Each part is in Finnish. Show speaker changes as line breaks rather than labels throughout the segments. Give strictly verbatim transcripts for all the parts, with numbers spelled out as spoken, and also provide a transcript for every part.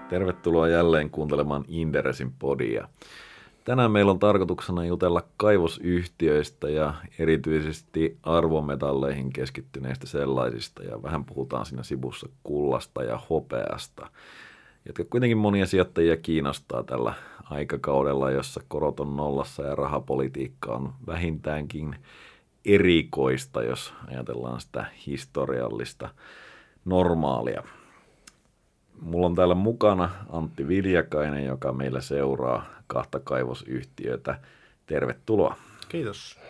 Tervetuloa jälleen kuuntelemaan Inderesin podia. Tänään meillä on tarkoituksena jutella kaivosyhtiöistä ja erityisesti arvometalleihin keskittyneistä sellaisista. Ja vähän puhutaan siinä sivussa kullasta ja hopeasta, jotka kuitenkin monia sijoittajia kiinnostaa tällä aikakaudella, jossa korot on nollassa ja rahapolitiikka on vähintäänkin erikoista, jos ajatellaan sitä historiallista normaalia. Mulla on täällä mukana Antti Viljakainen, joka meillä seuraa kahta kaivosyhtiötä. Tervetuloa.
Kiitos.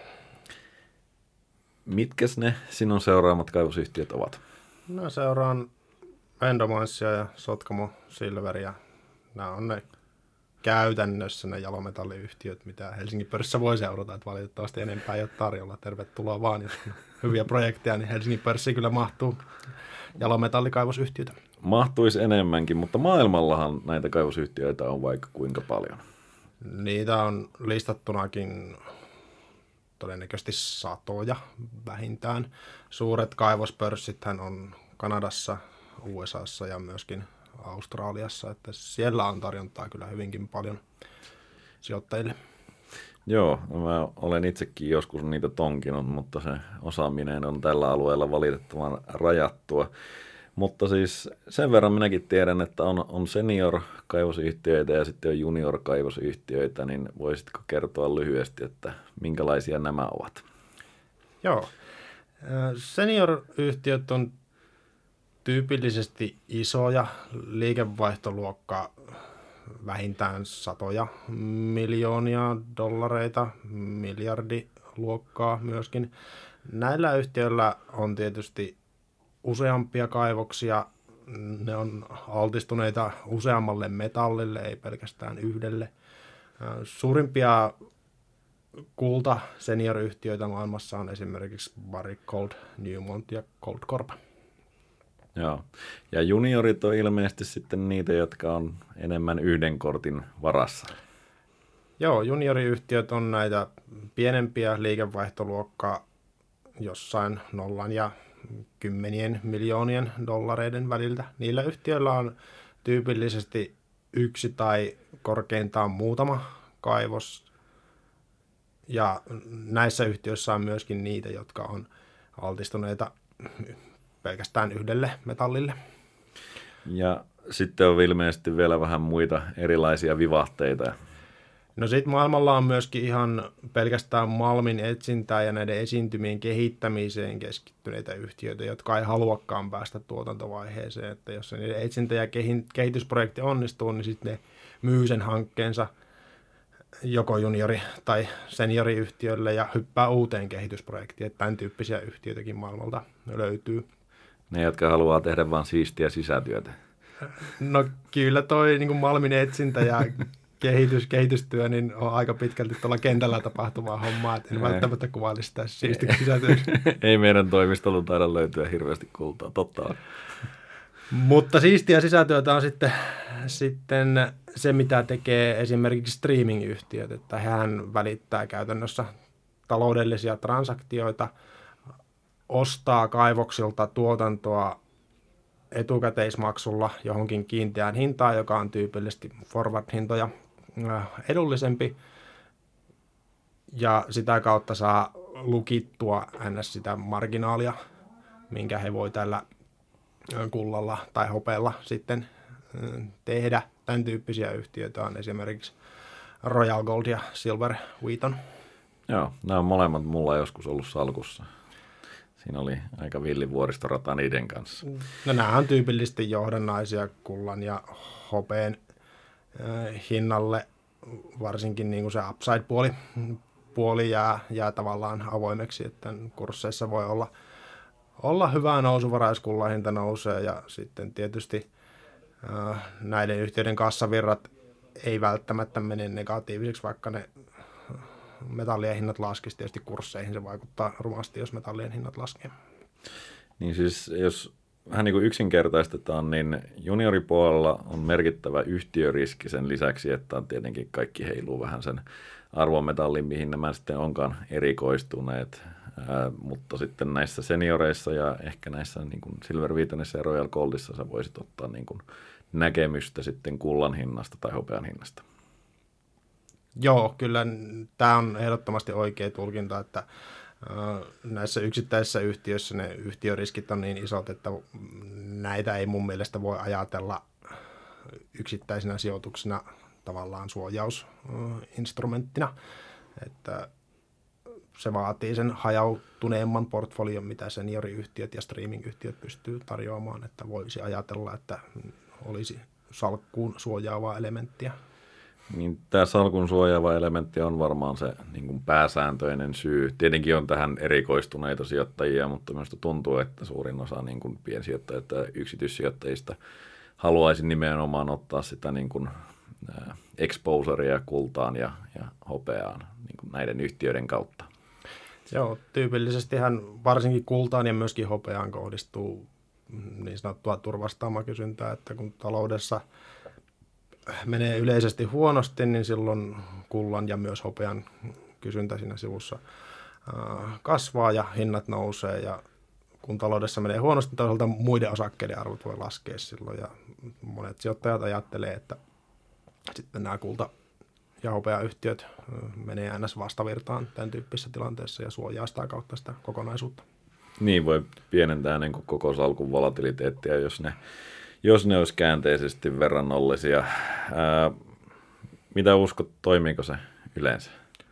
Mitkäs ne sinun seuraamat kaivosyhtiöt ovat?
Mä seuraan Endomancia ja Sotkamo Silveria. Nämä on ne käytännössä ne jalometalliyhtiöt, mitä Helsingin pörssissä voi seurata. Että valitettavasti enempää ei ole tarjolla. Tervetuloa vaan, jos on hyviä projekteja, niin Helsingin pörssiin kyllä mahtuu jalometallikaivosyhtiöitä.
Mahtuisi enemmänkin, mutta maailmallahan näitä kaivosyhtiöitä on vaikka kuinka paljon.
Niitä on listattunakin todennäköisesti satoja vähintään. Suuret kaivospörssithän on Kanadassa, U S A:ssa ja myöskin Australiassa, että siellä on tarjontaa kyllä hyvinkin paljon sijoittajille.
Joo, mä olen itsekin joskus niitä tonkinut, mutta se osaaminen on tällä alueella valitettavan rajattua. Mutta siis sen verran minäkin tiedän, että on, on senior-kaivosyhtiöitä ja sitten on junior-kaivosyhtiöitä, niin voisitko kertoa lyhyesti, että minkälaisia nämä ovat?
Joo. Senior-yhtiöt on tyypillisesti isoja, liikevaihtoluokkaa vähintään satoja miljoonia dollareita, miljardiluokkaa myöskin. Näillä yhtiöillä on tietysti useampia kaivoksia, ne on altistuneita useammalle metallille, ei pelkästään yhdelle. Suurimpia kulta senior-yhtiöitä maailmassa on esimerkiksi Barrick Gold, Newmont ja Goldcorp.
Joo, ja juniorit on ilmeisesti sitten niitä, jotka on enemmän yhden kortin varassa.
Joo, junioriyhtiöt on näitä pienempiä liikevaihtoluokkaa jossain nollan ja kymmenien miljoonien dollareiden väliltä. Niillä yhtiöillä on tyypillisesti yksi tai korkeintaan muutama kaivos. Ja näissä yhtiöissä on myöskin niitä, jotka on altistuneita pelkästään yhdelle metallille.
Ja sitten on ilmeisesti vielä vähän muita erilaisia vivahteita.
No sitten maailmalla on myöskin ihan pelkästään malmin etsintää ja näiden esiintymien kehittämiseen keskittyneitä yhtiöitä, jotka ei haluakaan päästä tuotantovaiheeseen. Että jos se niiden etsintä- ja kehitysprojekti onnistuu, niin sitten ne myy sen hankkeensa joko juniori- tai senioriyhtiölle ja hyppää uuteen kehitysprojektiin. Että tämän tyyppisiä yhtiöitäkin maailmalta löytyy.
Ne, jotka haluaa tehdä vain siistiä sisätyötä.
No kyllä toi niin kuin malmin etsintä ja Kehitys, kehitystyö niin on aika pitkälti tuolla kentällä tapahtuvaa hommaa, että en välttämättä kuvailisi sitä siistiksi sisätyöksi.
Ei meidän toimistolla taida löytyä hirveästi kultaa, totta on.
Mutta siistiä sisätyötä on sitten, sitten se, mitä tekee esimerkiksi streaming-yhtiöt, että hän välittää käytännössä taloudellisia transaktioita, ostaa kaivoksilta tuotantoa etukäteismaksulla johonkin kiinteään hintaan, joka on tyypillisesti forward-hintoja edullisempi, ja sitä kautta saa lukittua ns. Sitä marginaalia, minkä he voi tällä kullalla tai hopealla sitten tehdä. Tämän tyyppisiä yhtiöitä on esimerkiksi Royal Gold ja Silver Wheaton.
Joo, nämä on molemmat mulla joskus ollut salkussa. Siinä oli aika villi vuoristorata niiden kanssa.
No nämä on tyypillisesti johdannaisia kullan ja hopeen äh, hinnalle, varsinkin niin kuin se upside-puoli puoli jää, jää tavallaan avoimeksi, että kursseissa voi olla, olla hyvää nousuvara, jos kullan hinta nousee, ja sitten tietysti äh, näiden yhtiöiden kassavirrat ei välttämättä mene negatiiviseksi, vaikka ne metallien hinnat laskisi, tietysti kursseihin se vaikuttaa rumasti, jos metallien hinnat laskee.
Niin siis, jos vähän niin kuin yksinkertaistetaan, niin junioripuolella on merkittävä yhtiöriski sen lisäksi, että on tietenkin kaikki heiluu vähän sen arvometallin, mihin nämä sitten onkaan erikoistuneet. Ää, mutta sitten näissä senioreissa ja ehkä näissä niin kuin Silver Wheatonissa ja Royal Goldissa sä voisit ottaa niin kuin näkemystä sitten kullan hinnasta tai hopean hinnasta.
Joo, kyllä tämä on ehdottomasti oikea tulkinta, että näissä yksittäisissä yhtiöissä ne yhtiöriskit on niin isot, että näitä ei mun mielestä voi ajatella yksittäisinä sijoituksina tavallaan suojausinstrumenttina, että se vaatii sen hajautuneemman portfolion, mitä senioriyhtiöt ja streaming-yhtiöt pystyy tarjoamaan, että voisi ajatella, että olisi salkkuun suojaavaa elementtiä.
Niin tämä salkun suojaava elementti on varmaan se niin kuin pääsääntöinen syy. Tietenkin on tähän erikoistuneita sijoittajia, mutta minusta tuntuu, että suurin osa niin kuin piensijoittajista ja yksityissijoittajista haluaisi nimenomaan ottaa sitä niin kuin, ää, exposurea kultaan ja, ja hopeaan niin kuin näiden yhtiöiden kautta.
Joo, tyypillisestihän varsinkin kultaan ja myöskin hopeaan kohdistuu niin sanottua turvastaamakysyntä, että kun taloudessa menee yleisesti huonosti, niin silloin kullan ja myös hopean kysyntä siinä sivussa kasvaa ja hinnat nousee. Ja kun taloudessa menee huonosti, toisaalta muiden osakkeiden arvot voi laskea silloin. Ja monet sijoittajat ajattelee, että sitten nämä kulta- ja hopeayhtiöt menee ns. Vastavirtaan tämän tyyppisessä tilanteessa ja suojaa sitä kautta sitä kokonaisuutta.
Niin voi pienentää niin kuin koko salkun volatiliteettia, jos ne Jos ne olisi käänteisesti verrannollisia. Ää, mitä uskot, toimiiko se yleensä?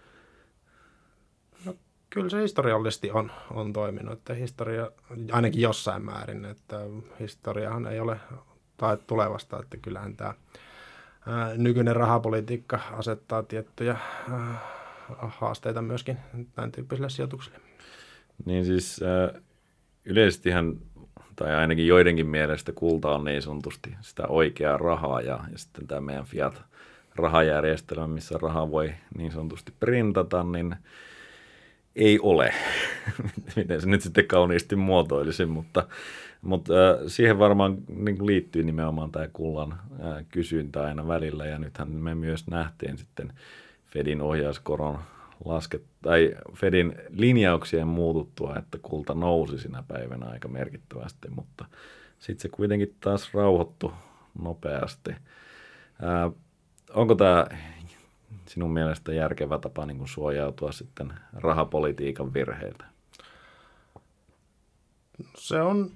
No, kyllä se historiallisesti on, on toiminut, että historia, ainakin jossain määrin, että historiahan ei ole tai tulevasta, että kyllähän tämä ää, nykyinen rahapolitiikka asettaa tiettyjä ää, haasteita myöskin tämän tyyppisille sijoituksille.
Niin siis ää, yleisestihän tai ainakin joidenkin mielestä kulta on niin sanotusti sitä oikeaa rahaa ja, ja sitten tämä meidän fiat-rahajärjestelmä, missä rahaa voi niin sanotusti printata, niin ei ole. Miten se nyt sitten kauniisti muotoilisin, mutta, mutta äh, siihen varmaan niin liittyy nimenomaan tämä kullan äh, kysyntä aina välillä ja nythän me myös nähtiin sitten Fedin ohjauskoron lasket, tai Fedin linjauksien muututtua, että kulta nousi sinä päivänä aika merkittävästi, mutta sitten se kuitenkin taas rauhoittui nopeasti. Ää, onko tämä sinun mielestä järkevä tapa niin kuin suojautua sitten rahapolitiikan virheiltä?
Se on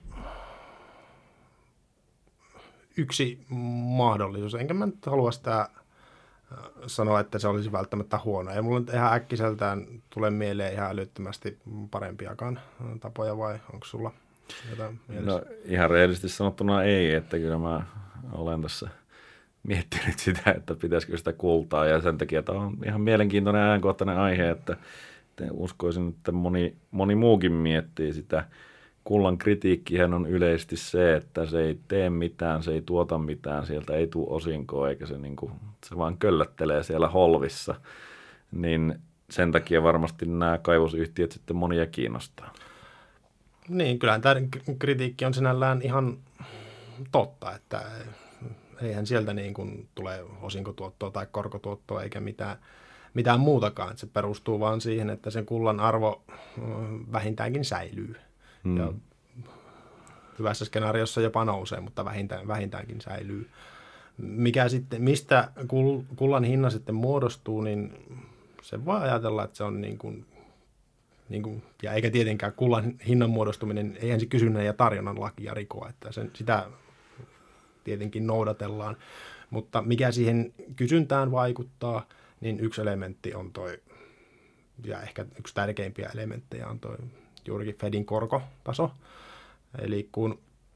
yksi mahdollisuus, enkä mä nyt halua sitä sanoa, että se olisi välttämättä huono. Ei mulla nyt ihan äkkiseltään tule mieleen ihan älyttömästi parempiakaan tapoja, vai onko sulla jotain mielessä?
No ihan rehellisesti sanottuna ei, että kyllä mä olen tässä miettinyt sitä, että pitäisikö sitä kultaa ja sen takia tämä on ihan mielenkiintoinen ajankohtainen aihe, että uskoisin, että moni, moni muukin miettii sitä. Kullan kritiikkihän on yleisesti se, että se ei tee mitään, se ei tuota mitään, sieltä ei tule osinkoa, eikä se, niin kuin, se vaan köllöttelee siellä holvissa. Niin sen takia varmasti nämä kaivosyhtiöt sitten monia kiinnostaa.
Niin, kyllähän tämä kritiikki on sinällään ihan totta, että eihän sieltä niin kuin tule osinkotuottoa tai korkotuottoa eikä mitään, mitään muutakaan. Se perustuu vaan siihen, että sen kullan arvo vähintäänkin säilyy. Hmm. Ja hyvässä skenaariossa jopa nousee, mutta vähintään, vähintäänkin säilyy. Mikä sitten, mistä kullan hinna sitten muodostuu, niin se voi ajatella, että se on niin kuin, niin kuin, ja eikä tietenkään kullan hinnan muodostuminen, eihän se kysynnän ja tarjonnan lakia rikoa, että sen, sitä tietenkin noudatellaan. Mutta mikä siihen kysyntään vaikuttaa, niin yksi elementti on toi, ja ehkä yksi tärkeimpiä elementtejä on toi juurikin Fedin korkotaso. Eli kun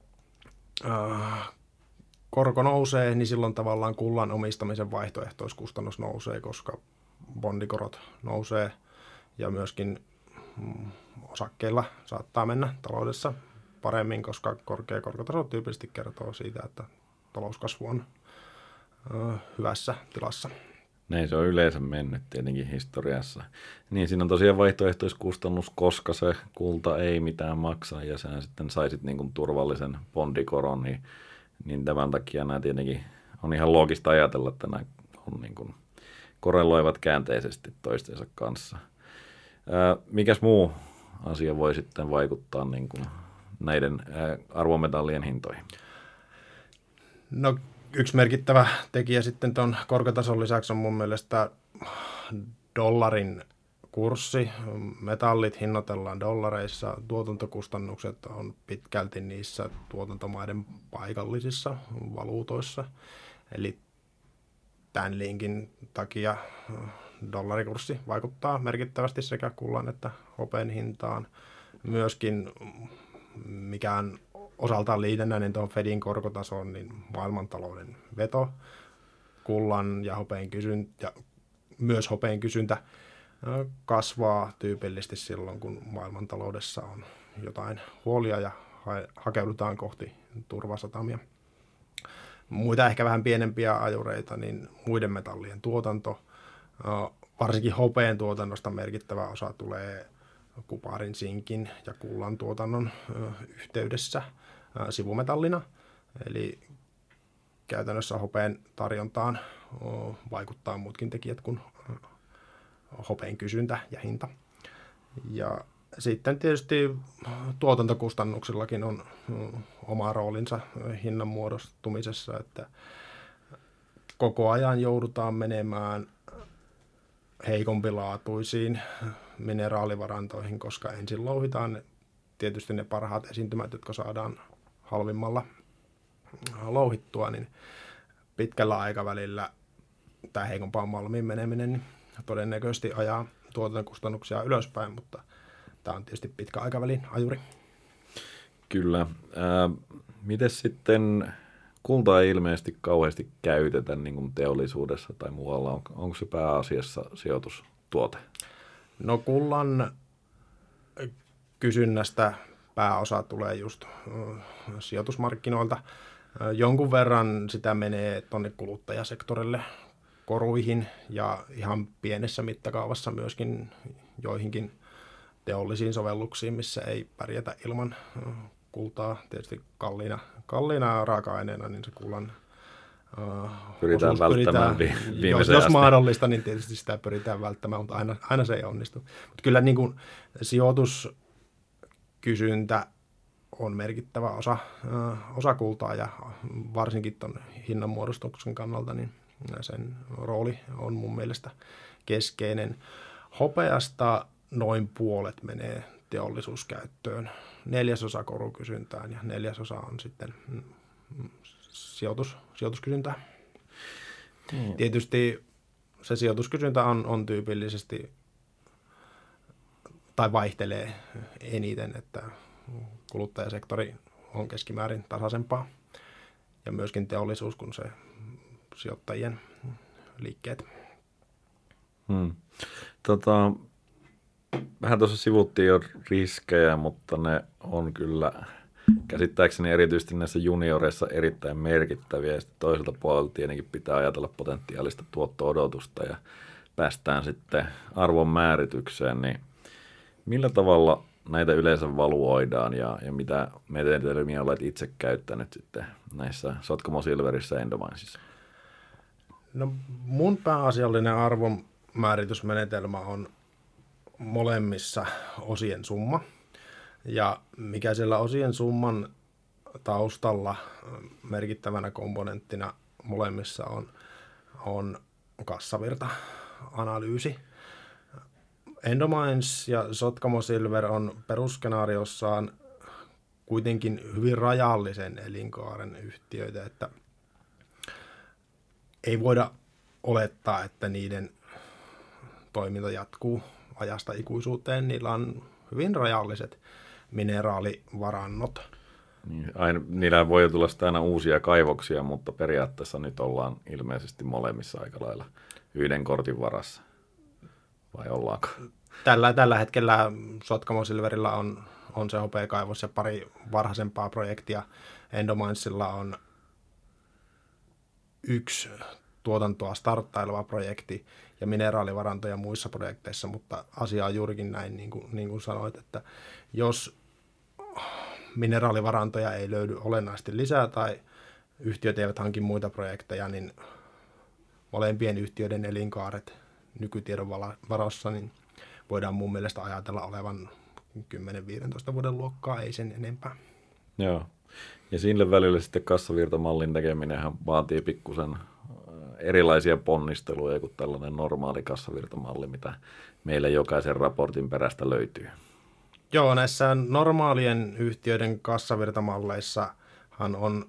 äh, korko nousee, niin silloin tavallaan kullan omistamisen vaihtoehtoiskustannus nousee, koska bondikorot nousee ja myöskin mm, osakkeilla saattaa mennä taloudessa paremmin, koska korkea korkotaso tyypillisesti kertoo siitä, että talouskasvu on äh, hyvässä tilassa.
Näin se on yleensä mennyt tietenkin historiassa. Niin siinä on tosiaan vaihtoehtoiskustannus, koska se kulta ei mitään maksa ja sä sitten saisit niin kuin turvallisen bondikoron, niin, niin tämän takia nämä tietenkin on ihan loogista ajatella, että nämä on niin kuin korreloivat käänteisesti toistensa kanssa. Ää, mikäs muu asia voi sitten vaikuttaa niin kuin näiden ää, arvometallien hintoihin?
No yksi merkittävä tekijä sitten tuon korkotason lisäksi on mun mielestä dollarin kurssi. Metallit hinnoitellaan dollareissa, tuotantokustannukset on pitkälti niissä tuotantomaiden paikallisissa valuutoissa. Eli tämän linkin takia dollarikurssi vaikuttaa merkittävästi sekä kullan että hopeen hintaan. Myöskin mikä on osaltaan liitännäinen tuohon Fedin korkotasoon, niin maailmantalouden veto, kullan ja hopeen kysyntä, ja myös hopeen kysyntä kasvaa tyypillisesti silloin, kun maailmantaloudessa on jotain huolia ja hakeudutaan kohti turvasatamia. Muita ehkä vähän pienempiä ajureita, niin muiden metallien tuotanto, varsinkin hopeen tuotannosta merkittävä osa tulee kuparin, sinkin ja kullan tuotannon yhteydessä sivumetallina. Eli käytännössä hopeen tarjontaan vaikuttaa muutkin tekijät kuin hopeen kysyntä ja hinta. Ja sitten tietysti tuotantokustannuksillakin on oma roolinsa hinnan muodostumisessa, että koko ajan joudutaan menemään heikompilaatuisiin mineraalivarantoihin, koska ensin louhitaan tietysti ne parhaat esiintymät, jotka saadaan halvimmalla louhittua, niin pitkällä aikavälillä tämä heikompaan malmiin meneminen niin todennäköisesti ajaa tuotantokustannuksia ylöspäin, mutta tämä on tietysti pitkä aikavälin ajuri.
Kyllä. Äh, miten sitten kultaa ei ilmeisesti kauheasti käytetä niin kuin teollisuudessa tai muualla? On, onko se pääasiassa sijoitustuote?
No kullan kysynnästä pääosa tulee just sijoitusmarkkinoilta. Jonkun verran sitä menee tuonne kuluttajasektorille, koruihin ja ihan pienessä mittakaavassa myöskin joihinkin teollisiin sovelluksiin, missä ei pärjätä ilman kultaa. Tietysti kalliina, kalliina raaka-aineena, niin se kullan uh,
pyritään välttämään
pyritään,
vi-
jos, jos mahdollista, niin tietysti sitä pyritään välttämään, mutta aina, aina se ei onnistu. Mutta kyllä niin kuin sijoituskysyntä on merkittävä osa, uh, osa kultaa ja varsinkin tuon hinnanmuodostuksen kannalta, niin sen rooli on mun mielestä keskeinen. Hopeasta noin puolet menee teollisuuskäyttöön, neljäsosa korukysyntään ja neljäsosa on sitten sijoitus, sijoituskysyntää. Hmm. Tietysti se sijoituskysyntä on, on tyypillisesti, tai vaihtelee eniten, että kuluttajasektori on keskimäärin tasaisempaa ja myöskin teollisuus, kun se sijoittajien liikkeet.
Hmm. Tota, vähän tuossa sivuttiin jo riskejä, mutta ne on kyllä käsittääkseni erityisesti näissä junioreissa erittäin merkittäviä. Ja sitten toiselta puolelta tietenkin pitää ajatella potentiaalista tuotto-odotusta ja päästään sitten arvon määritykseen. Niin millä tavalla näitä yleensä valuoidaan ja, ja mitä menetelmiä olet itse käyttänyt sitten näissä Sotkamo Silverissä ja Endominesissa?
No mun pääasiallinen arvonmääritysmenetelmä on molemmissa osien summa. Ja mikä siellä osien summan taustalla merkittävänä komponenttina molemmissa on, on kassavirta-analyysi. Endomines ja Sotkamo Silver on perusskenaariossaan kuitenkin hyvin rajallisen elinkaaren yhtiöitä, että ei voida olettaa, että niiden toiminta jatkuu ajasta ikuisuuteen. Niillä on hyvin rajalliset mineraalivarannot.
Niin, aina, niillä voi tulla sitä aina uusia kaivoksia, mutta periaatteessa nyt ollaan ilmeisesti molemmissa aika lailla yhden kortin varassa. Vai ollaanko?
Tällä, tällä hetkellä Sotkamo Silverillä on, on se hopeakaivos ja pari varhaisempaa projektia. Endominesilla on yksi tuotantoa starttaileva projekti ja mineraalivarantoja muissa projekteissa, mutta asia on juurikin näin, niin kuin, niin kuin sanoit, että jos mineraalivarantoja ei löydy olennaisesti lisää tai yhtiöt eivät hanki muita projekteja, niin molempien yhtiöiden elinkaaret nykytiedon varossa, niin voidaan mun mielestä ajatella olevan kymmenen viisitoista vuoden luokkaa, ei sen enempää.
Joo. Ja sille välillä sitten kassavirtamallin tekeminenhän vaatii pikkusen erilaisia ponnisteluja kuin tällainen normaali kassavirtamalli, mitä meille jokaisen raportin perästä löytyy.
Joo, näissä normaalien yhtiöiden kassavirtamalleissahan on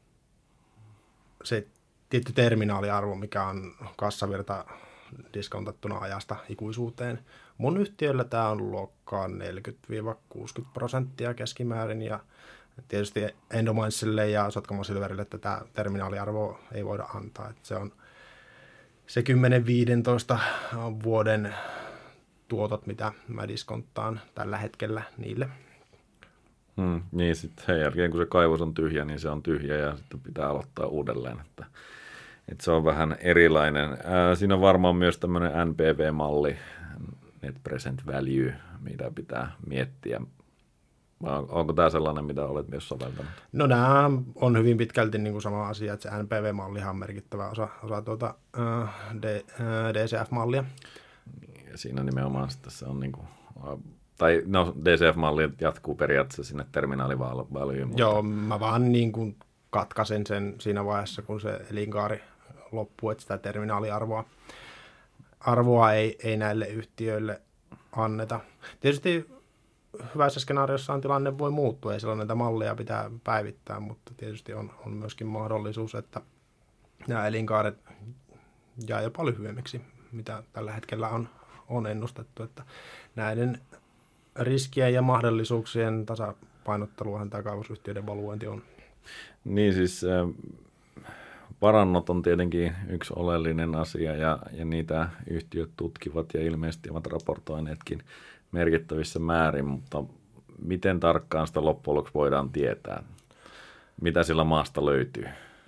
se tietty terminaaliarvo, mikä on kassavirta diskontattuna ajasta ikuisuuteen. Mun yhtiöllä tämä on luokkaa neljäkymmentä kuusikymmentä prosenttia keskimäärin, ja tietysti Endominesille ja Sotkamo Silverille tätä terminaaliarvoa ei voida antaa. Että se on se kymmenen viisitoista vuoden tuotot, mitä mä diskonttaan tällä hetkellä niille.
Hmm, niin sitten sen jälkeen, kun se kaivos on tyhjä, niin se on tyhjä ja sitten pitää aloittaa uudelleen. Että, että se on vähän erilainen. Ää, siinä on varmaan myös tämmöinen N P V-malli, Net Present Value, mitä pitää miettiä. Onko tämä sellainen, mitä olet myös soveltanut?
No nämä on hyvin pitkälti niin kuin sama asia, että se N P V-mallihan on merkittävä osa, osa tuota, uh, D, uh, D C F-mallia.
Ja siinä nimenomaan se on niin kuin, tai no D C F-malli jatkuu periaatteessa sinne terminaalivalyyn. Mutta...
Joo, mä vaan niin kuin katkaisen sen siinä vaiheessa, kun se elinkaari loppuu, että sitä terminaaliarvoa arvoa ei, ei näille yhtiöille anneta. Tietysti hyvässä skenaariossaan tilanne voi muuttua, ei silloin näitä malleja pitää päivittää, mutta tietysti on, on myöskin mahdollisuus, että nämä elinkaaret jää jopa lyhyemmiksi, mitä tällä hetkellä on, on ennustettu, että näiden riskien ja mahdollisuuksien tasapainotteluahan tämä kaivosyhtiöiden valuointi on.
Niin siis äh, varannot on tietenkin yksi oleellinen asia ja, ja niitä yhtiöt tutkivat ja ilmeisesti ovat raportoineetkin merkittävissä määrin, mutta miten tarkkaan sitä loppujen lopuksi voidaan tietää? Mitä sillä maasta löytyy?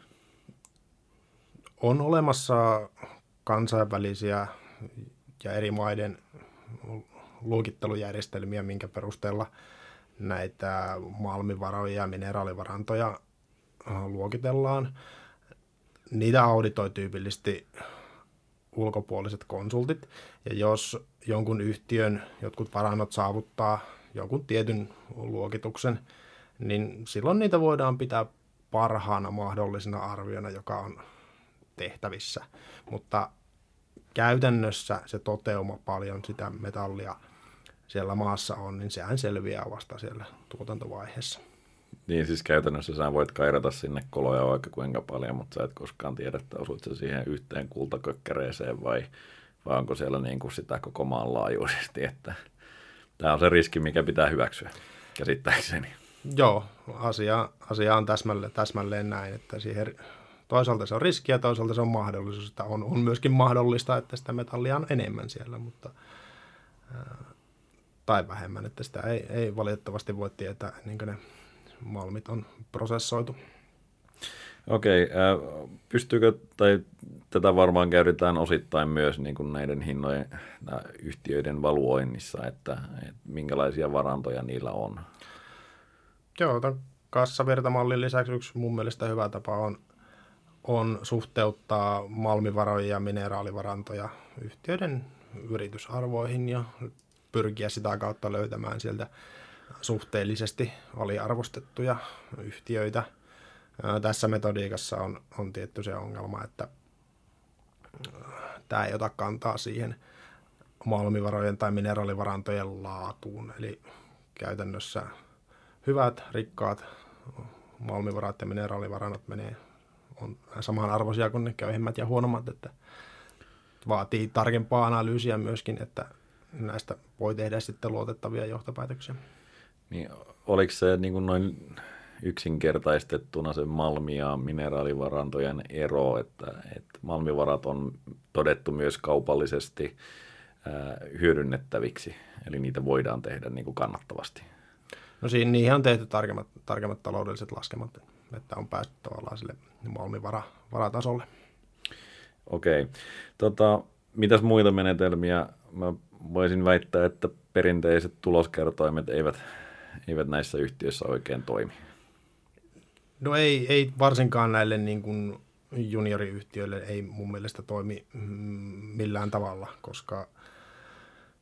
On olemassa kansainvälisiä ja eri maiden luokittelujärjestelmiä, minkä perusteella näitä malmivaroja ja mineraalivarantoja luokitellaan. Niitä auditoi tyypillisesti ulkopuoliset konsultit, ja jos jonkun yhtiön jotkut varannot saavuttaa jonkun tietyn luokituksen, niin silloin niitä voidaan pitää parhaana mahdollisena arviona, joka on tehtävissä. Mutta käytännössä se toteuma paljon sitä metallia siellä maassa on, niin sehän selviää vasta siellä tuotantovaiheessa.
Niin siis käytännössä sä voit kairata sinne koloja vaikka kuinka paljon, mutta sä et koskaan tiedä, että osuit sä siihen yhteen kultakökkäreeseen vai, vai onko siellä niin kuin sitä koko maan laajuisesti. Että tämä on se riski, mikä pitää hyväksyä käsittääkseni.
Joo, asia, asia on täsmälleen, täsmälleen näin, että siihen toisaalta se on riski ja toisaalta se on mahdollisuus, että on, on myöskin mahdollista, että sitä metallia on enemmän siellä, mutta ää, tai vähemmän, että sitä ei, ei valitettavasti voi tietää, niin kuin ne malmit on prosessoitu.
Okei, äh, pystyykö, tai tätä varmaan käytetään osittain myös niin kuin näiden hinnojen, yhtiöiden valuoinnissa, että, että minkälaisia varantoja niillä on?
Joo, tämän kassavirtamallin lisäksi yksi mun mielestä hyvä tapa on, on suhteuttaa malmivaroja ja mineraalivarantoja yhtiöiden yritysarvoihin ja pyrkiä sitä kautta löytämään sieltä suhteellisesti aliarvostettuja yhtiöitä. Tässä metodiikassa on, on tietty se ongelma, että tämä ei ota kantaa siihen malmivarojen tai mineraalivarantojen laatuun. Eli käytännössä hyvät, rikkaat malmivarat ja mineraalivarannot menee, on samanarvoisia kuin ne köyhimmät ja huonommat, että vaatii tarkempaa analyysiä myöskin, että näistä voi tehdä sitten luotettavia johtopäätöksiä.
Niin, oliko se niin kuin noin yksinkertaistettuna se malmi- ja mineraalivarantojen ero, että, että malmivarat on todettu myös kaupallisesti ää, hyödynnettäviksi, eli niitä voidaan tehdä niin kuin kannattavasti?
No siinä niihin on tehty tarkemmat, tarkemmat taloudelliset laskemat, että on päästy tavallaan sille malmivaratasolle.
Okei. Tota, mitäs muita menetelmiä? Mä voisin väittää, että perinteiset tuloskertoimet eivät, eivät näissä yhtiöissä oikein toimi.
No ei, ei varsinkaan näille niin kuin junioriyhtiöille ei mun mielestä toimi millään tavalla, koska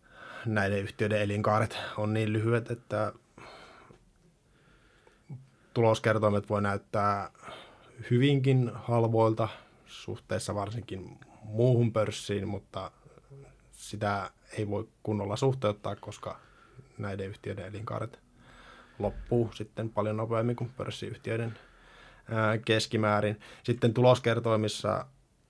näiden yhtiöiden elinkaaret on niin lyhyet, että tuloskertoimet voi näyttää hyvinkin halvoilta suhteessa varsinkin muuhun pörssiin, mutta sitä ei voi kunnolla suhteuttaa, koska näiden yhtiöiden elinkaaret loppuu sitten paljon nopeammin kuin pörssiyhtiöiden keskimäärin. Sitten tuloskertoimissa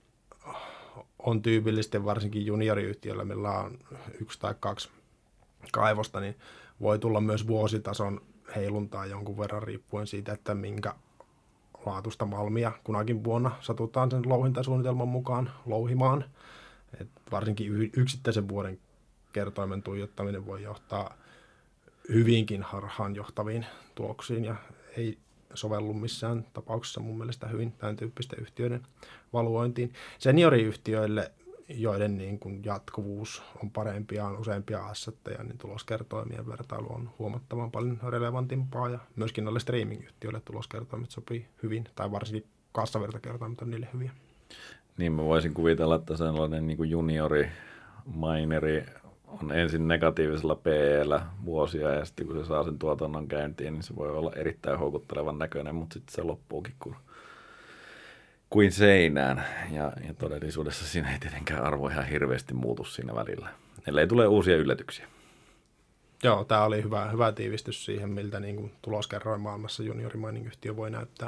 on tyypillisesti varsinkin junioriyhtiöillä, millä on yksi tai kaksi kaivosta, niin voi tulla myös vuositason heiluntaa jonkun verran riippuen siitä, että minkä laatusta malmia kunakin vuonna satutaan sen louhintasuunnitelman mukaan louhimaan. Et varsinkin yksittäisen vuoden kertoimen tuijottaminen voi johtaa hyvinkin harhaan johtaviin tuloksiin ja ei sovellu missään tapauksessa mun mielestä hyvin tämän tyyppisten yhtiöiden valuointiin. Senioriyhtiöille, joiden niin kuin jatkuvuus on parempi ja on useampia assetteja, niin tuloskertoimien vertailu on huomattavan paljon relevantimpaa ja myöskin noille streaming-yhtiöille tuloskertoimet sopii hyvin tai varsinkin kassavirtakertoimet on niille hyviä.
Niin mä voisin kuvitella, että sellainen niin kuin juniori, mineri on ensin negatiivisella P E:llä vuosia ja sitten kun se saa sen tuotannon käyntiin, niin se voi olla erittäin houkuttelevan näköinen, mutta sitten se loppuukin kuin, kuin seinään. Ja, ja todellisuudessa siinä ei tietenkään arvo ihan hirveästi muutu siinä välillä, ellei tule uusia yllätyksiä.
Joo, tämä oli hyvä, hyvä tiivistys siihen, miltä niin kuin tuloskerroin maailmassa juniori mining-yhtiö voi näyttää.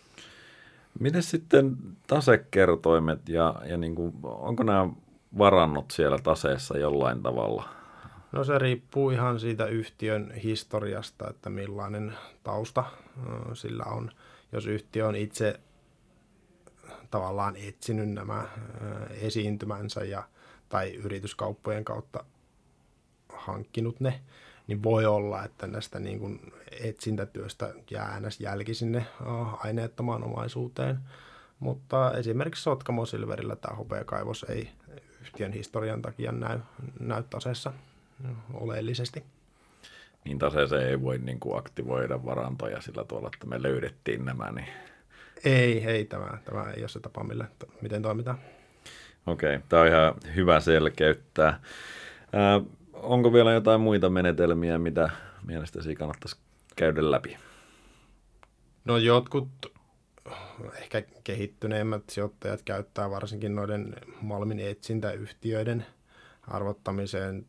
Miten sitten tasekertoimet ja, ja niin kuin, onko nämä varannot siellä taseessa jollain tavalla?
No se riippuu ihan siitä yhtiön historiasta, että millainen tausta sillä on. Jos yhtiö on itse tavallaan etsinyt nämä esiintymänsä ja, tai yrityskauppojen kautta hankkinut ne, niin voi olla, että näistä niin kuin etsintätyöstä jää ns. Jälki sinne aineettomaan omaisuuteen. Mutta esimerkiksi Sotkamo Silverillä tämä hopeakaivos ei yhtiön historian takia näy, näy taseessa oleellisesti.
Niin taseeseen ei voi niin kuin aktivoida varantoja sillä tavalla, että me löydettiin nämä. Niin...
Ei, ei tämä, tämä ei ole se tapa, millä, miten toimitaan.
Okei, tämä on ihan hyvä selkeyttää. Ää, onko vielä jotain muita menetelmiä, mitä mielestäsi kannattaisi käydä läpi?
No jotkut ehkä kehittyneemmät sijoittajat käyttää varsinkin noiden malmin etsintäyhtiöiden arvottamiseen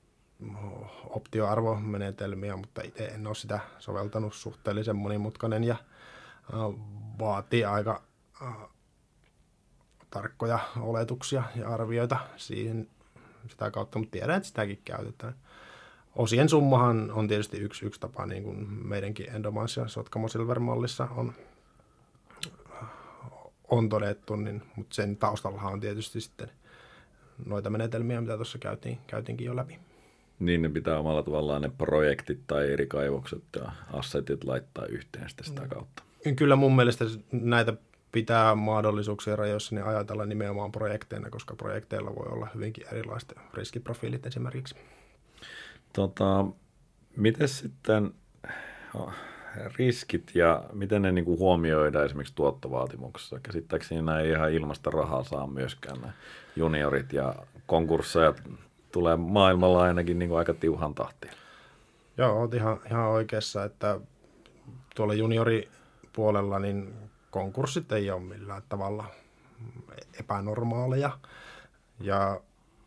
optioarvomenetelmiä, mutta itse en ole sitä soveltanut, suhteellisen monimutkainen ja vaatii aika tarkkoja oletuksia ja arvioita siihen sitä kautta, mutta tiedän, että sitäkin käytetään. Osien summahan on tietysti yksi, yksi tapa, niin kuin meidänkin Endomans ja Sotkamo Silver-mallissa on, on todettu, niin, mutta sen taustallahan on tietysti sitten noita menetelmiä, mitä tuossa käytiin, käytiinkin jo läpi.
Niin ne pitää omalla tavallaan ne projektit tai eri kaivokset ja assetit laittaa yhteen sitten sitä kautta.
Kyllä mun mielestä näitä pitää mahdollisuuksien rajoissa niin ajatella nimenomaan projekteina, koska projekteilla voi olla hyvinkin erilaiset riskiprofiilit esimerkiksi.
Tota, miten sitten riskit ja miten ne niin kuin huomioidaan esimerkiksi tuottovaatimuksessa? Käsittääkseni nämä ei ihan ilmasta rahaa saa myöskään nämä juniorit ja konkursseja tulee maailmalla ainakin niin kuin aika tiuhan tahtiin.
Joo, olet ihan, ihan oikeassa, että tuolla junioripuolella niin konkurssit ei ole millään tavalla epänormaaleja. Ja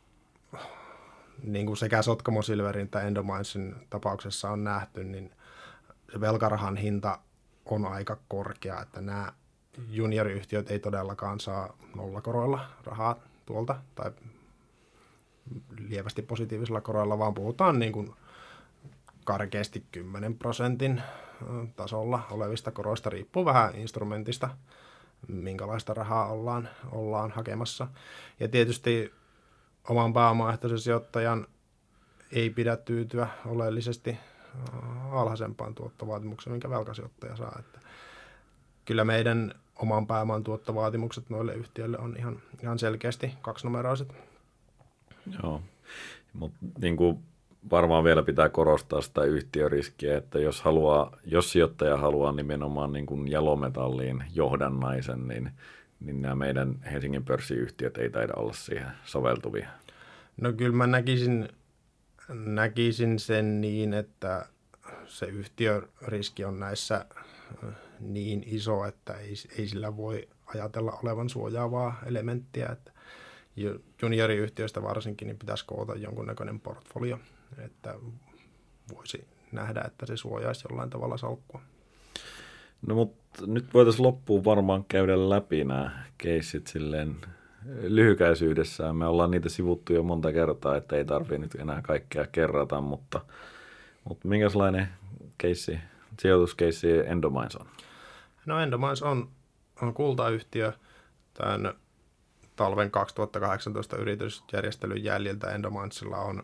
niin kuin sekä Sotkamo Silverin että Endominesin tapauksessa on nähty, niin se velkarahan hinta on aika korkea, että nämä junioriyhtiöt ei todellakaan saa nollakoroilla rahaa tuolta tai lievästi positiivisella koroilla, vaan puhutaan niin kuin karkeasti kymmenen prosentin tasolla olevista koroista, riippuu vähän instrumentista, minkälaista rahaa ollaan, ollaan hakemassa. Ja tietysti oman pääomaehtoisen sijoittajan ei pidä tyytyä oleellisesti alhaisempaan tuottovaatimukseen, minkä velkasijoittaja saa. Että kyllä meidän oman pääoman tuottovaatimukset noille yhtiöille on ihan, ihan selkeästi kaksinumeroiset.
Joo, mutta niin kuin varmaan vielä pitää korostaa sitä yhtiöriskiä, että jos, haluaa, jos sijoittaja haluaa nimenomaan niin kuin jalometalliin johdannaisen, niin, niin nämä meidän Helsingin pörssiyhtiöt ei taida olla siihen soveltuvia.
No kyllä mä näkisin, näkisin sen niin, että se yhtiöriski on näissä niin iso, että ei, ei sillä voi ajatella olevan suojaavaa elementtiä. Että junioriyhtiöistä varsinkin niin pitäisi koota jonkunnäköinen portfolio, että voisi nähdä, että se suojaisi jollain tavalla salkkua.
No mutta nyt voitaisiin loppuun varmaan käydä läpi nämä keissit silleen lyhykäisyydessään. Me ollaan niitä sivuttu jo monta kertaa, että ei tarvitse nyt enää kaikkea kerrata, mutta, mutta minkälainen keissi, sijoituskeissi Endomines on?
No Endomines on, on kultayhtiö. Tämän talven kaksituhattakahdeksantoista yritysjärjestelyn jäljiltä Endominesilla on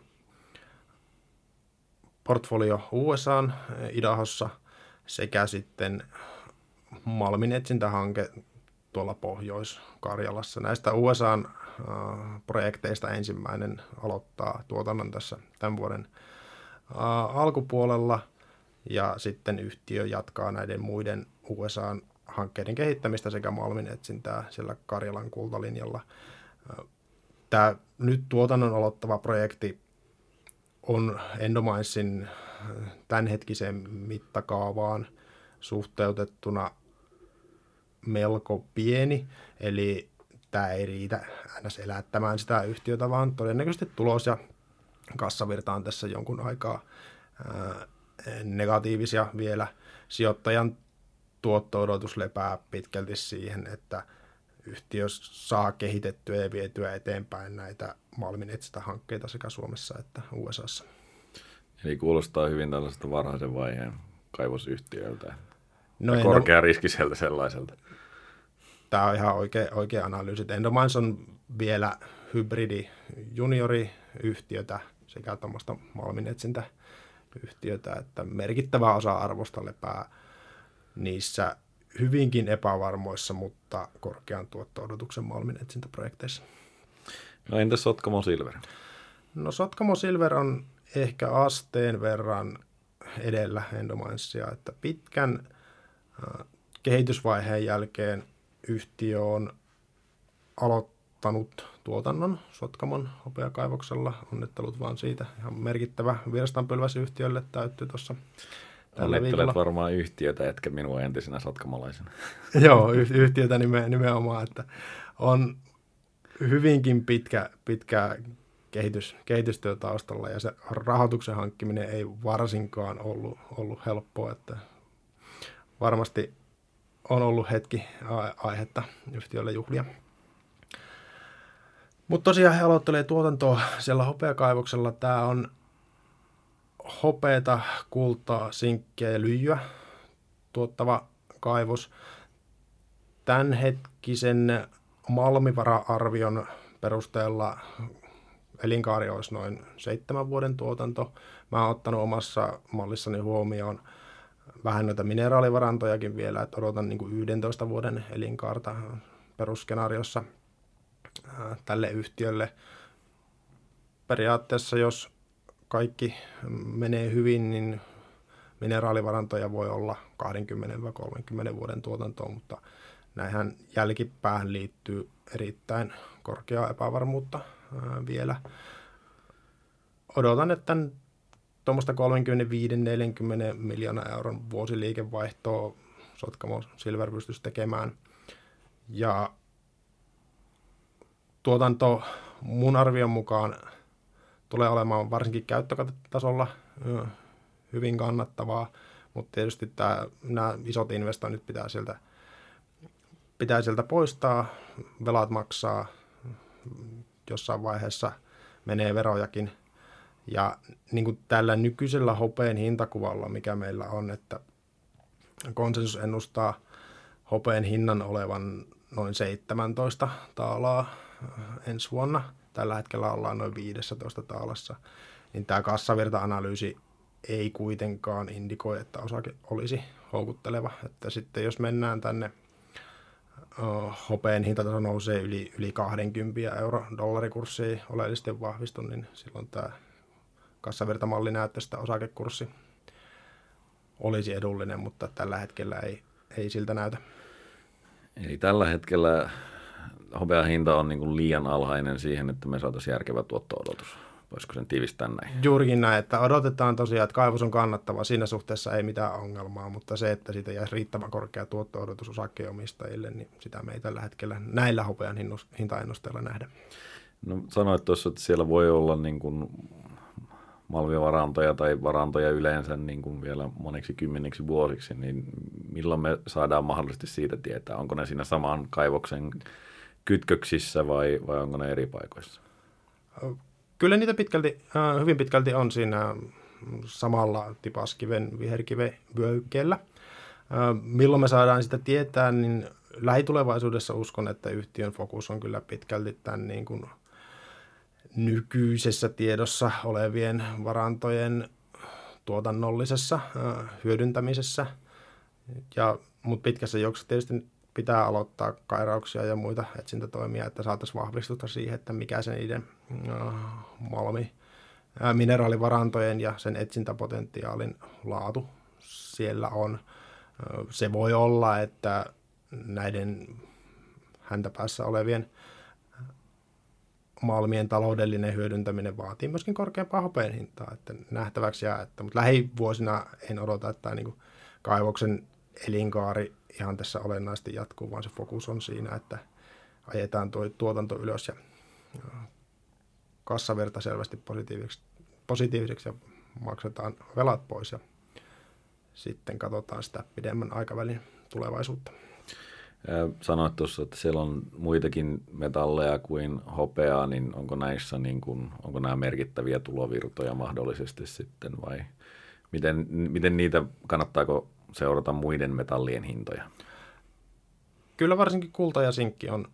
portfolio U S A:n Idahossa sekä sitten malminetsintähanke tuolla Pohjois-Karjalassa. Näistä U S A:n äh, projekteista ensimmäinen aloittaa tuotannon tässä tämän vuoden äh, alkupuolella ja sitten yhtiö jatkaa näiden muiden U S A:n hankkeiden kehittämistä sekä malminetsintää siellä Karjalan kultalinjalla. Tämä nyt tuotannon aloittava projekti on Endominesin tämänhetkiseen mittakaavaan suhteutettuna melko pieni, eli tämä ei riitä ns. Elättämään sitä yhtiötä, vaan todennäköisesti tulos ja kassavirta on tässä jonkun aikaa ää, negatiivisia vielä. Sijoittajan tuotto-odotus lepää pitkälti siihen, että yhtiö saa kehitettyä ja vietyä eteenpäin näitä malminetsintähankkeita sekä Suomessa että U S A:ssa. Eli
kuulostaa hyvin tällaista varhaisen vaiheen kaivosyhtiöltä. No korkeariskiseltä sellaiselta.
Tämä on ihan oikea, oikea analyysi. Endomines on vielä hybridi junioriyhtiötä sekä tuommoista malminetsintäyhtiötä, että merkittävä osa arvosta lepää niissä hyvinkin epävarmoissa, mutta korkean tuotto-odotuksen malminetsintäprojekteissa.
No entäs Sotkamo Silver?
No Sotkamo Silver on ehkä asteen verran edellä Endominesia, että pitkän äh, kehitysvaiheen jälkeen yhtiö on aloittanut tuotannon Sotkamon hopeakaivoksella. Onnittelut vaan siitä. Ihan merkittävä virstanpylväs yhtiölle täyttyi tuossa tällä viikolla.
Varmaan yhtiötä, etkä minua entisenä sotkamolaisena.
Joo, yhtiötä nimenomaan, että on hyvinkin pitkä, pitkä kehitys, kehitystyö taustalla ja se rahoituksen hankkiminen ei varsinkaan ollut, ollut helppoa, että varmasti on ollut hetki aihetta yhtiölle juhlia. Mutta tosiaan he aloittelee tuotantoa siellä hopeakaivoksella. Tämä on hopeata, kultaa, sinkkiä ja lyijyä tuottava kaivos. Tämänhetkisen malmivara-arvion perusteella elinkaari olisi noin seitsemän vuoden tuotanto. Mä oon ottanut omassa mallissani huomioon vähän noita mineraalivarantojakin vielä, että odotan niin kuin yksitoista vuoden elinkaarta perusskenaariossa tälle yhtiölle. Periaatteessa jos kaikki menee hyvin, niin mineraalivarantoja voi olla kaksikymmentä kolmekymmentä vuoden tuotantoon, mutta näinhän jälkipäähän liittyy erittäin korkeaa epävarmuutta ää, vielä. Odotan, että tuommoista kolmekymmentäviisi neljäkymmentä miljoonaa euron vuosiliikevaihtoa Sotkamo Silver pystyisi tekemään. Ja tuotanto mun arvion mukaan tulee olemaan varsinkin käyttökatetasolla hyvin kannattavaa, mutta tietysti tämä, nämä isot investoinnit pitää sieltä, pitää sieltä poistaa, velat maksaa, jossain vaiheessa menee verojakin. Ja niin kuin tällä nykyisellä hopeen hintakuvalla, mikä meillä on, että konsensus ennustaa hopeen hinnan olevan noin seitsemäntoista taalaa ensi vuonna. Tällä hetkellä ollaan noin viisitoista taalassa. Niin tämä kassavirta-analyysi ei kuitenkaan indikoi, että osake olisi houkutteleva. Että sitten jos mennään tänne, uh, hopeen hintataso nousee yli, yli kaksikymmentä euro dollarikurssiin oleellisesti vahvistu, niin silloin tämä kassavirtamalli näyttää, että osakekurssi olisi edullinen, mutta tällä hetkellä ei, ei siltä näytä.
Eli tällä hetkellä hopean hinta on niin kuin liian alhainen siihen, että me saataisiin järkevä tuotto-odotus Voisiko sen tiivistää näin?
Juurikin näin, että odotetaan tosiaan, että kaivos on kannattava. Siinä suhteessa ei mitään ongelmaa, mutta se, että siitä jäisi riittävän korkea tuotto-odotus osakkeenomistajille, niin sitä me ei tällä hetkellä näillä hopean hintaennusteilla nähdä.
No, sanoit tuossa, että siellä voi olla niin kuin malmivarantoja tai varantoja yleensä niin kuin vielä moniksi kymmeniksi vuosiksi, niin milloin me saadaan mahdollisesti siitä tietää? Onko ne siinä saman kaivoksen kytköksissä vai, vai onko ne eri paikoissa?
Kyllä niitä pitkälti, hyvin pitkälti on siinä samalla Tipaskiven viherkiven vyöhykkeellä. Milloin me saadaan sitä tietää, niin lähitulevaisuudessa uskon, että yhtiön fokus on kyllä pitkälti tämän niin kuin nykyisessä tiedossa olevien varantojen tuotannollisessa hyödyntämisessä. Ja, mutta pitkässä juoksussa tietysti pitää aloittaa kairauksia ja muita etsintätoimia, että saataisiin vahvistusta siihen, että mikä se niiden malmi, mineraalivarantojen ja sen etsintäpotentiaalin laatu siellä on. Se voi olla, että näiden häntäpäässä olevien malmien taloudellinen hyödyntäminen vaatii myöskin korkeampaa hopeen hintaa, että nähtäväksi jää. Että, mutta lähivuosina en odota, että tämä niin kuin kaivoksen elinkaari ihan tässä olennaisesti jatkuu, vaan se fokus on siinä, että ajetaan tuo tuotanto ylös ja kassavirta selvästi positiiviseksi, positiiviseksi ja maksetaan velat pois ja sitten katsotaan sitä pidemmän aikavälin tulevaisuutta.
Sanoit tuossa, että siellä on muitakin metalleja kuin hopeaa, niin onko näissä niin kuin, onko nämä merkittäviä tulovirtoja mahdollisesti sitten vai miten, miten niitä, kannattaako seurata muiden metallien hintoja?
Kyllä varsinkin kulta ja sinkki on,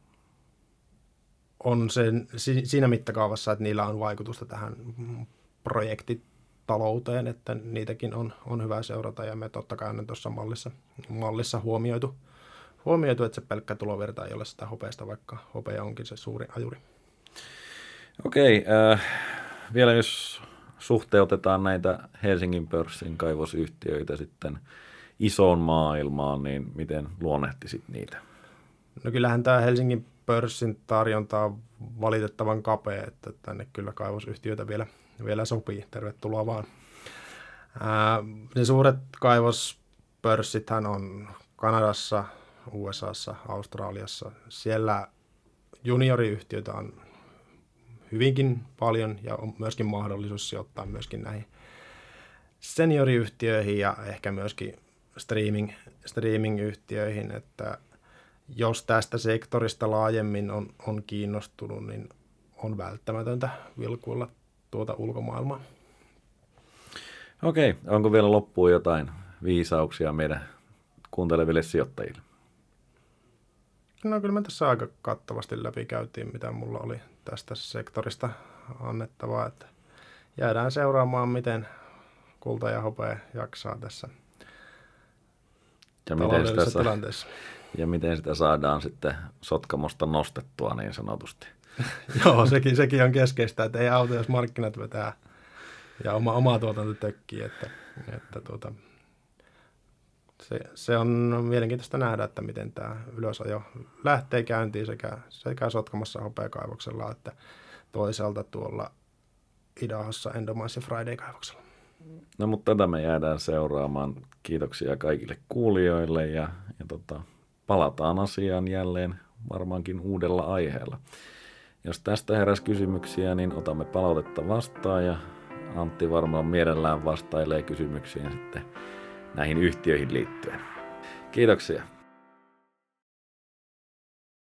on sen, siinä mittakaavassa, että niillä on vaikutusta tähän projektitalouteen, että niitäkin on, on hyvä seurata ja me totta kai on tuossa mallissa, mallissa huomioitu. Huomioitu, että se pelkkä tulovirta ei ole sitä hopeasta, vaikka hopea onkin se suuri ajuri.
Okei, äh, vielä jos suhteutetaan näitä Helsingin pörssin kaivosyhtiöitä sitten isoon maailmaan, niin miten luonnehtisit niitä?
No kyllähän tämä Helsingin pörssin tarjonta on valitettavan kapea, että tänne kyllä kaivosyhtiöitä vielä, vielä sopii. Tervetuloa vaan. Ää, ne suuret kaivospörssithän on Kanadassa, U S A:ssa, Australiassa. Siellä junioriyhtiöitä on hyvinkin paljon ja on myöskin mahdollisuus sijoittaa myöskin näihin senioriyhtiöihin ja ehkä myöskin streaming, streaming-yhtiöihin, että jos tästä sektorista laajemmin on, on kiinnostunut, niin on välttämätöntä vilkuilla tuota ulkomaailmaa.
Okei, onko vielä loppuun jotain viisauksia meidän kuunteleville sijoittajille?
No kyllä me tässä aika kattavasti läpi käytiin, mitä mulla oli tästä sektorista annettavaa, että jäädään seuraamaan, miten kulta ja hopea jaksaa tässä
ja miten
taloudellisessa tilanteessa.
Ja miten sitä saadaan sitten Sotkamosta nostettua niin sanotusti.
Joo, sekin, sekin on keskeistä, että ei auta, jos markkinat vetää ja oma, oma tuotanto tökkii, että, että tuota, se, se on mielenkiintoista nähdä, että miten tämä ylösajo lähtee käyntiin sekä, sekä Sotkamossa hopeakaivoksella että toisaalta tuolla Idahossa Endomines ja Friday-kaivoksella.
No mutta tätä me jäädään seuraamaan. Kiitoksia kaikille kuulijoille ja, ja tota, palataan asiaan jälleen varmaankin uudella aiheella. Jos tästä heräsi kysymyksiä, niin otamme palautetta vastaan ja Antti varmaan mielellään vastailee kysymyksiin sitten näihin yhtiöihin liittyen. Kiitoksia.